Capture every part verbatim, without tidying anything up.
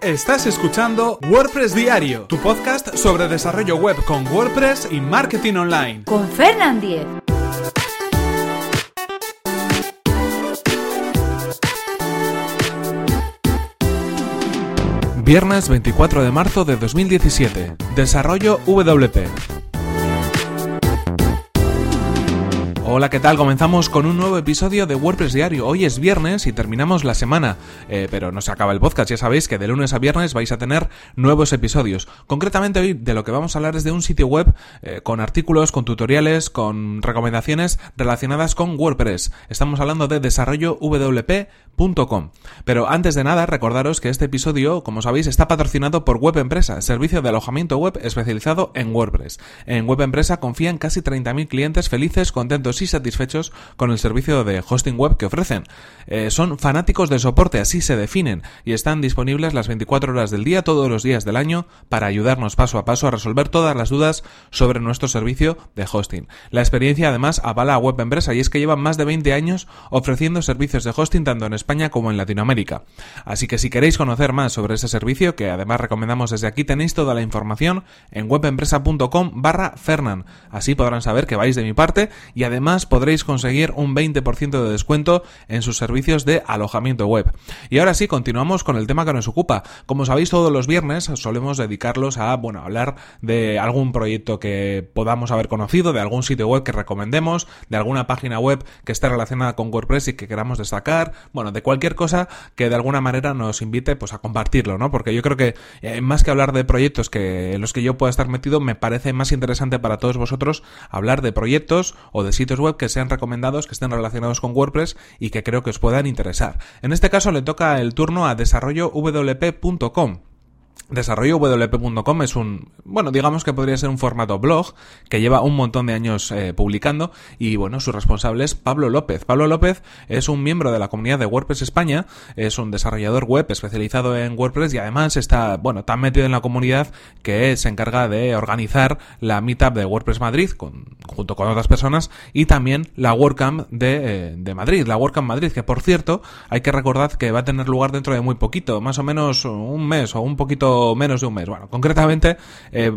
Estás escuchando WordPress Diario, tu podcast sobre desarrollo web con WordPress y marketing online. Con Fernand Diez. Viernes veinticuatro de marzo de dos mil diecisiete. Desarrollo W P. Hola, ¿qué tal? Comenzamos con un nuevo episodio de WordPress Diario. Hoy es viernes y terminamos la semana, eh, pero no se acaba el podcast. Ya sabéis que de lunes a viernes vais a tener nuevos episodios. Concretamente hoy de lo que vamos a hablar es de un sitio web eh, con artículos, con tutoriales, con recomendaciones relacionadas con WordPress. Estamos hablando de desarrollo w p punto com. Pero antes de nada, recordaros que este episodio, como sabéis, está patrocinado por Web Empresa, servicio de alojamiento web especializado en WordPress. En Web Empresa confían casi treinta mil clientes felices, contentos y satisfechos con el servicio de hosting web que ofrecen. Eh, son fanáticos del soporte, así se definen, y están disponibles las veinticuatro horas del día, todos los días del año, para ayudarnos paso a paso a resolver todas las dudas sobre nuestro servicio de hosting. La experiencia además avala a Web Empresa, y es que llevan más de veinte años ofreciendo servicios de hosting tanto en España como en Latinoamérica. Así que si queréis conocer más sobre ese servicio, que además recomendamos desde aquí, tenéis toda la información en webempresa punto com barra Fernan. Así podrán saber que vais de mi parte y además podréis conseguir un veinte por ciento de descuento en sus servicios de alojamiento web. Y ahora sí, continuamos con el tema que nos ocupa. Como sabéis, todos los viernes solemos dedicarlos a, bueno, hablar de algún proyecto que podamos haber conocido, de algún sitio web que recomendemos, de alguna página web que esté relacionada con WordPress y que queramos destacar, bueno, de cualquier cosa que de alguna manera nos invite pues a compartirlo, ¿no? Porque yo creo que eh, más que hablar de proyectos que en los que yo pueda estar metido, me parece más interesante para todos vosotros hablar de proyectos o de sitios web que sean recomendados, que estén relacionados con WordPress y que creo que os puedan interesar. En este caso le toca el turno a desarrollo w p punto com. desarrollo w p punto com es un, bueno, digamos que podría ser un formato blog que lleva un montón de años eh, publicando, y bueno, su responsable es Pablo López. Pablo López es un miembro de la comunidad de WordPress España, es un desarrollador web especializado en WordPress y además está, bueno, tan metido en la comunidad que se encarga de organizar la Meetup de WordPress Madrid con, junto con otras personas, y también la WordCamp de, eh, de Madrid, la WordCamp Madrid, que por cierto hay que recordar que va a tener lugar dentro de muy poquito, más o menos un mes o un poquito menos de un mes. Bueno, concretamente eh,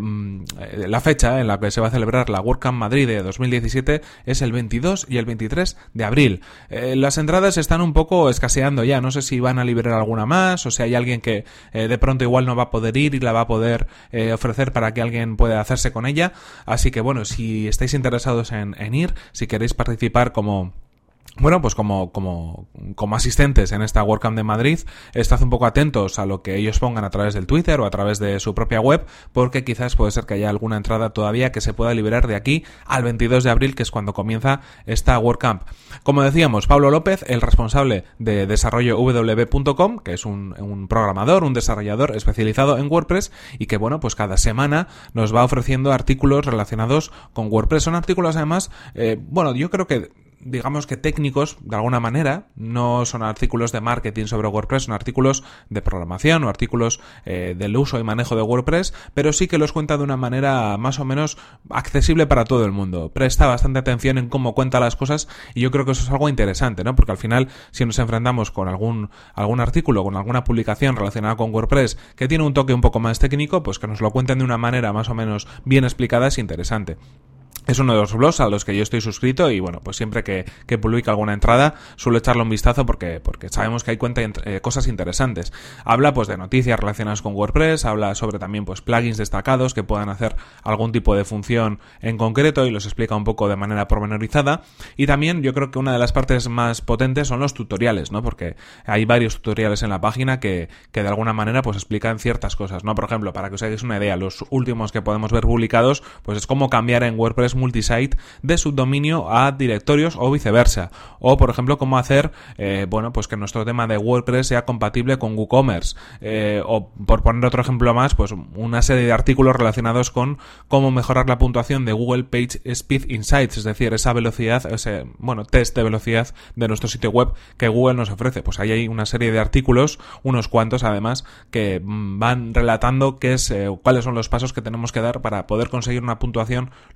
la fecha en la que se va a celebrar la WordCamp Madrid de dos mil diecisiete es el veintidós y el veintitrés de abril. Eh, las entradas están un poco escaseando ya, no sé si van a liberar alguna más o si hay alguien que eh, de pronto igual no va a poder ir y la va a poder eh, ofrecer para que alguien pueda hacerse con ella. Así que bueno, si estáis interesados en, en ir, si queréis participar como Bueno, pues como, como, como asistentes en esta WordCamp de Madrid, estad un poco atentos a lo que ellos pongan a través del Twitter o a través de su propia web, porque quizás puede ser que haya alguna entrada todavía que se pueda liberar de aquí al veintidós de abril, que es cuando comienza esta WordCamp. Como decíamos, Pablo López, el responsable de desarrollo w p punto com, que es un, un programador, un desarrollador especializado en WordPress y que, bueno, pues cada semana nos va ofreciendo artículos relacionados con WordPress. Son artículos además, eh, bueno, yo creo que digamos que técnicos, de alguna manera, no son artículos de marketing sobre WordPress, son artículos de programación o artículos eh, del uso y manejo de WordPress, pero sí que los cuenta de una manera más o menos accesible para todo el mundo. Presta bastante atención en cómo cuenta las cosas y yo creo que eso es algo interesante, ¿no? Porque al final, si nos enfrentamos con algún, algún artículo, con alguna publicación relacionada con WordPress que tiene un toque un poco más técnico, pues que nos lo cuenten de una manera más o menos bien explicada es interesante. Es uno de los blogs a los que yo estoy suscrito y bueno, pues siempre que, que publica alguna entrada suelo echarle un vistazo porque, porque sabemos que hay cuenta eh, cosas interesantes. Habla pues de noticias relacionadas con WordPress, habla sobre también pues plugins destacados que puedan hacer algún tipo de función en concreto y los explica un poco de manera pormenorizada, y también yo creo que una de las partes más potentes son los tutoriales, ¿no? Porque hay varios tutoriales en la página que, que de alguna manera pues explican ciertas cosas, ¿no? Por ejemplo, para que os hagáis una idea, los últimos que podemos ver publicados pues es cómo cambiar en WordPress multisite de subdominio a directorios o viceversa, o por ejemplo cómo hacer eh, bueno pues que nuestro tema de WordPress sea compatible con WooCommerce, eh, o por poner otro ejemplo más, pues una serie de artículos relacionados con cómo mejorar la puntuación de Google Page Speed Insights, es decir, esa velocidad, ese bueno test de velocidad de nuestro sitio web que Google nos ofrece. Pues ahí hay una serie de artículos, unos cuantos además, que van relatando qué es, eh, cuáles son los pasos que tenemos que dar para poder conseguir una puntuación lo más óptima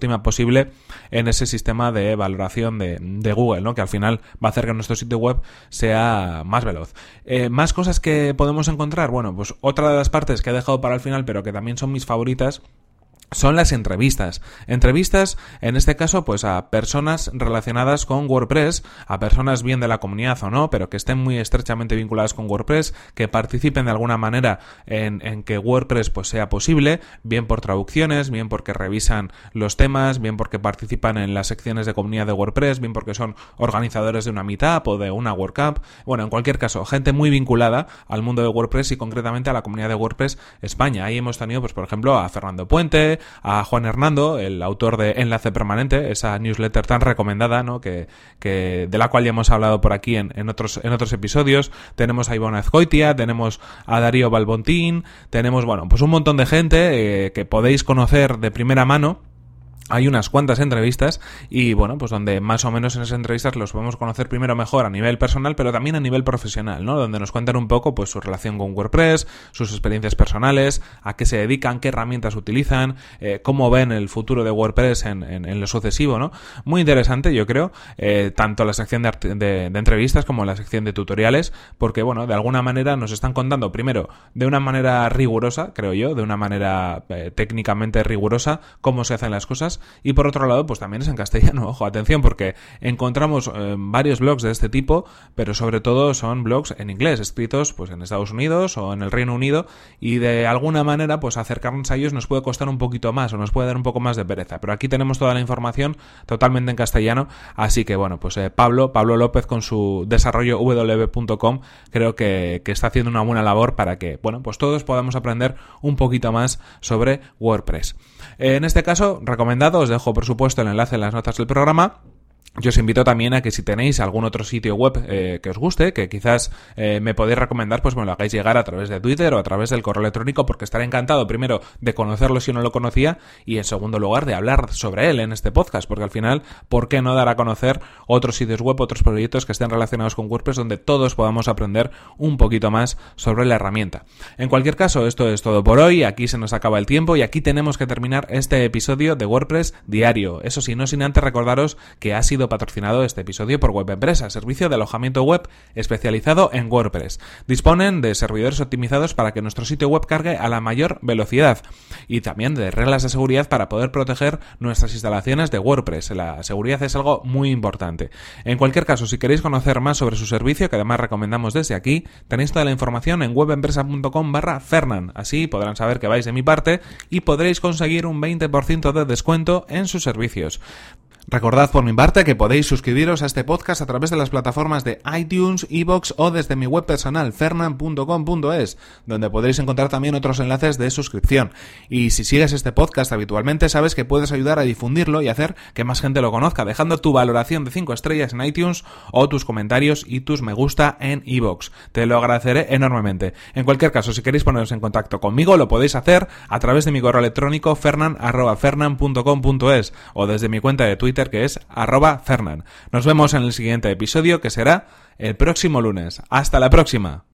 óptima posible en ese sistema de valoración de, de Google, ¿no? Que al final va a hacer que nuestro sitio web sea más veloz. Eh, más cosas que podemos encontrar, bueno, pues otra de las partes que he dejado para el final, pero que también son mis favoritas, son las entrevistas. Entrevistas, en este caso, pues a personas relacionadas con WordPress, a personas bien de la comunidad o no, pero que estén muy estrechamente vinculadas con WordPress, que participen de alguna manera en, en que WordPress pues sea posible, bien por traducciones, bien porque revisan los temas, bien porque participan en las secciones de comunidad de WordPress, bien porque son organizadores de una meetup o de una WordCamp. Bueno, en cualquier caso, gente muy vinculada al mundo de WordPress y concretamente a la comunidad de WordPress España. Ahí hemos tenido, pues por ejemplo, a Fernando Puente, a Juan Hernando, el autor de Enlace Permanente, esa newsletter tan recomendada, ¿no? que, que de la cual ya hemos hablado por aquí en, en otros en otros episodios. Tenemos a Ivonne Azcoitia, tenemos a Darío Balbontín, tenemos, bueno, pues un montón de gente eh, que podéis conocer de primera mano. Hay unas cuantas entrevistas y bueno, pues donde más o menos en esas entrevistas los podemos conocer primero mejor a nivel personal, pero también a nivel profesional, ¿no? Donde nos cuentan un poco pues su relación con WordPress, sus experiencias personales, a qué se dedican, qué herramientas utilizan, eh, cómo ven el futuro de WordPress en, en, en lo sucesivo, ¿no? Muy interesante, yo creo, eh, tanto la sección de, de, de entrevistas como la sección de tutoriales, porque bueno, de alguna manera nos están contando primero de una manera rigurosa, creo yo, de una manera eh, técnicamente rigurosa, cómo se hacen las cosas. Y por otro lado, pues también es en castellano, ojo, atención, porque encontramos eh, varios blogs de este tipo, pero sobre todo son blogs en inglés, escritos pues en Estados Unidos o en el Reino Unido, y de alguna manera pues acercarnos a ellos nos puede costar un poquito más o nos puede dar un poco más de pereza, pero aquí tenemos toda la información totalmente en castellano, así que bueno, pues eh, Pablo, Pablo López con su desarrollo w w w punto com creo que, que está haciendo una buena labor para que, bueno, pues todos podamos aprender un poquito más sobre WordPress. Eh, en este caso, recomendado. Os dejo, por supuesto, el enlace en las notas del programa. Yo os invito también a que si tenéis algún otro sitio web eh, que os guste, que quizás eh, me podéis recomendar, pues me lo hagáis llegar a través de Twitter o a través del correo electrónico, porque estaré encantado, primero, de conocerlo si no lo conocía, y en segundo lugar, de hablar sobre él en este podcast, porque al final, ¿por qué no dar a conocer otros sitios web, otros proyectos que estén relacionados con WordPress, donde todos podamos aprender un poquito más sobre la herramienta? En cualquier caso, esto es todo por hoy, aquí se nos acaba el tiempo y aquí tenemos que terminar este episodio de WordPress Diario. Eso sí, no sin antes recordaros que ha sido patrocinado este episodio por Web Empresa, servicio de alojamiento web especializado en WordPress. Disponen de servidores optimizados para que nuestro sitio web cargue a la mayor velocidad y también de reglas de seguridad para poder proteger nuestras instalaciones de WordPress. La seguridad es algo muy importante. En cualquier caso, si queréis conocer más sobre su servicio, que además recomendamos desde aquí, tenéis toda la información en webempresa punto com barra Fernan. Así podrán saber que vais de mi parte y podréis conseguir un veinte por ciento de descuento en sus servicios. Recordad por mi parte que podéis suscribiros a este podcast a través de las plataformas de iTunes, iVoox o desde mi web personal fernan punto com punto es, donde podréis encontrar también otros enlaces de suscripción. Y si sigues este podcast habitualmente, sabes que puedes ayudar a difundirlo y hacer que más gente lo conozca, dejando tu valoración de cinco estrellas en iTunes o tus comentarios y tus me gusta en iVoox. Te lo agradeceré enormemente. En cualquier caso, si queréis poneros en contacto conmigo, lo podéis hacer a través de mi correo electrónico fernan arroba fernan punto com punto es o desde mi cuenta de Twitter, que es arroba Fernan. Nos vemos en el siguiente episodio, que será el próximo lunes. ¡Hasta la próxima!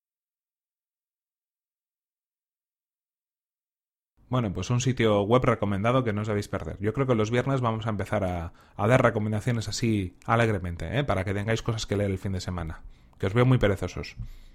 Bueno, pues un sitio web recomendado que no os debéis perder. Yo creo que los viernes vamos a empezar a, a dar recomendaciones así alegremente, ¿eh? Para que tengáis cosas que leer el fin de semana. Que os veo muy perezosos.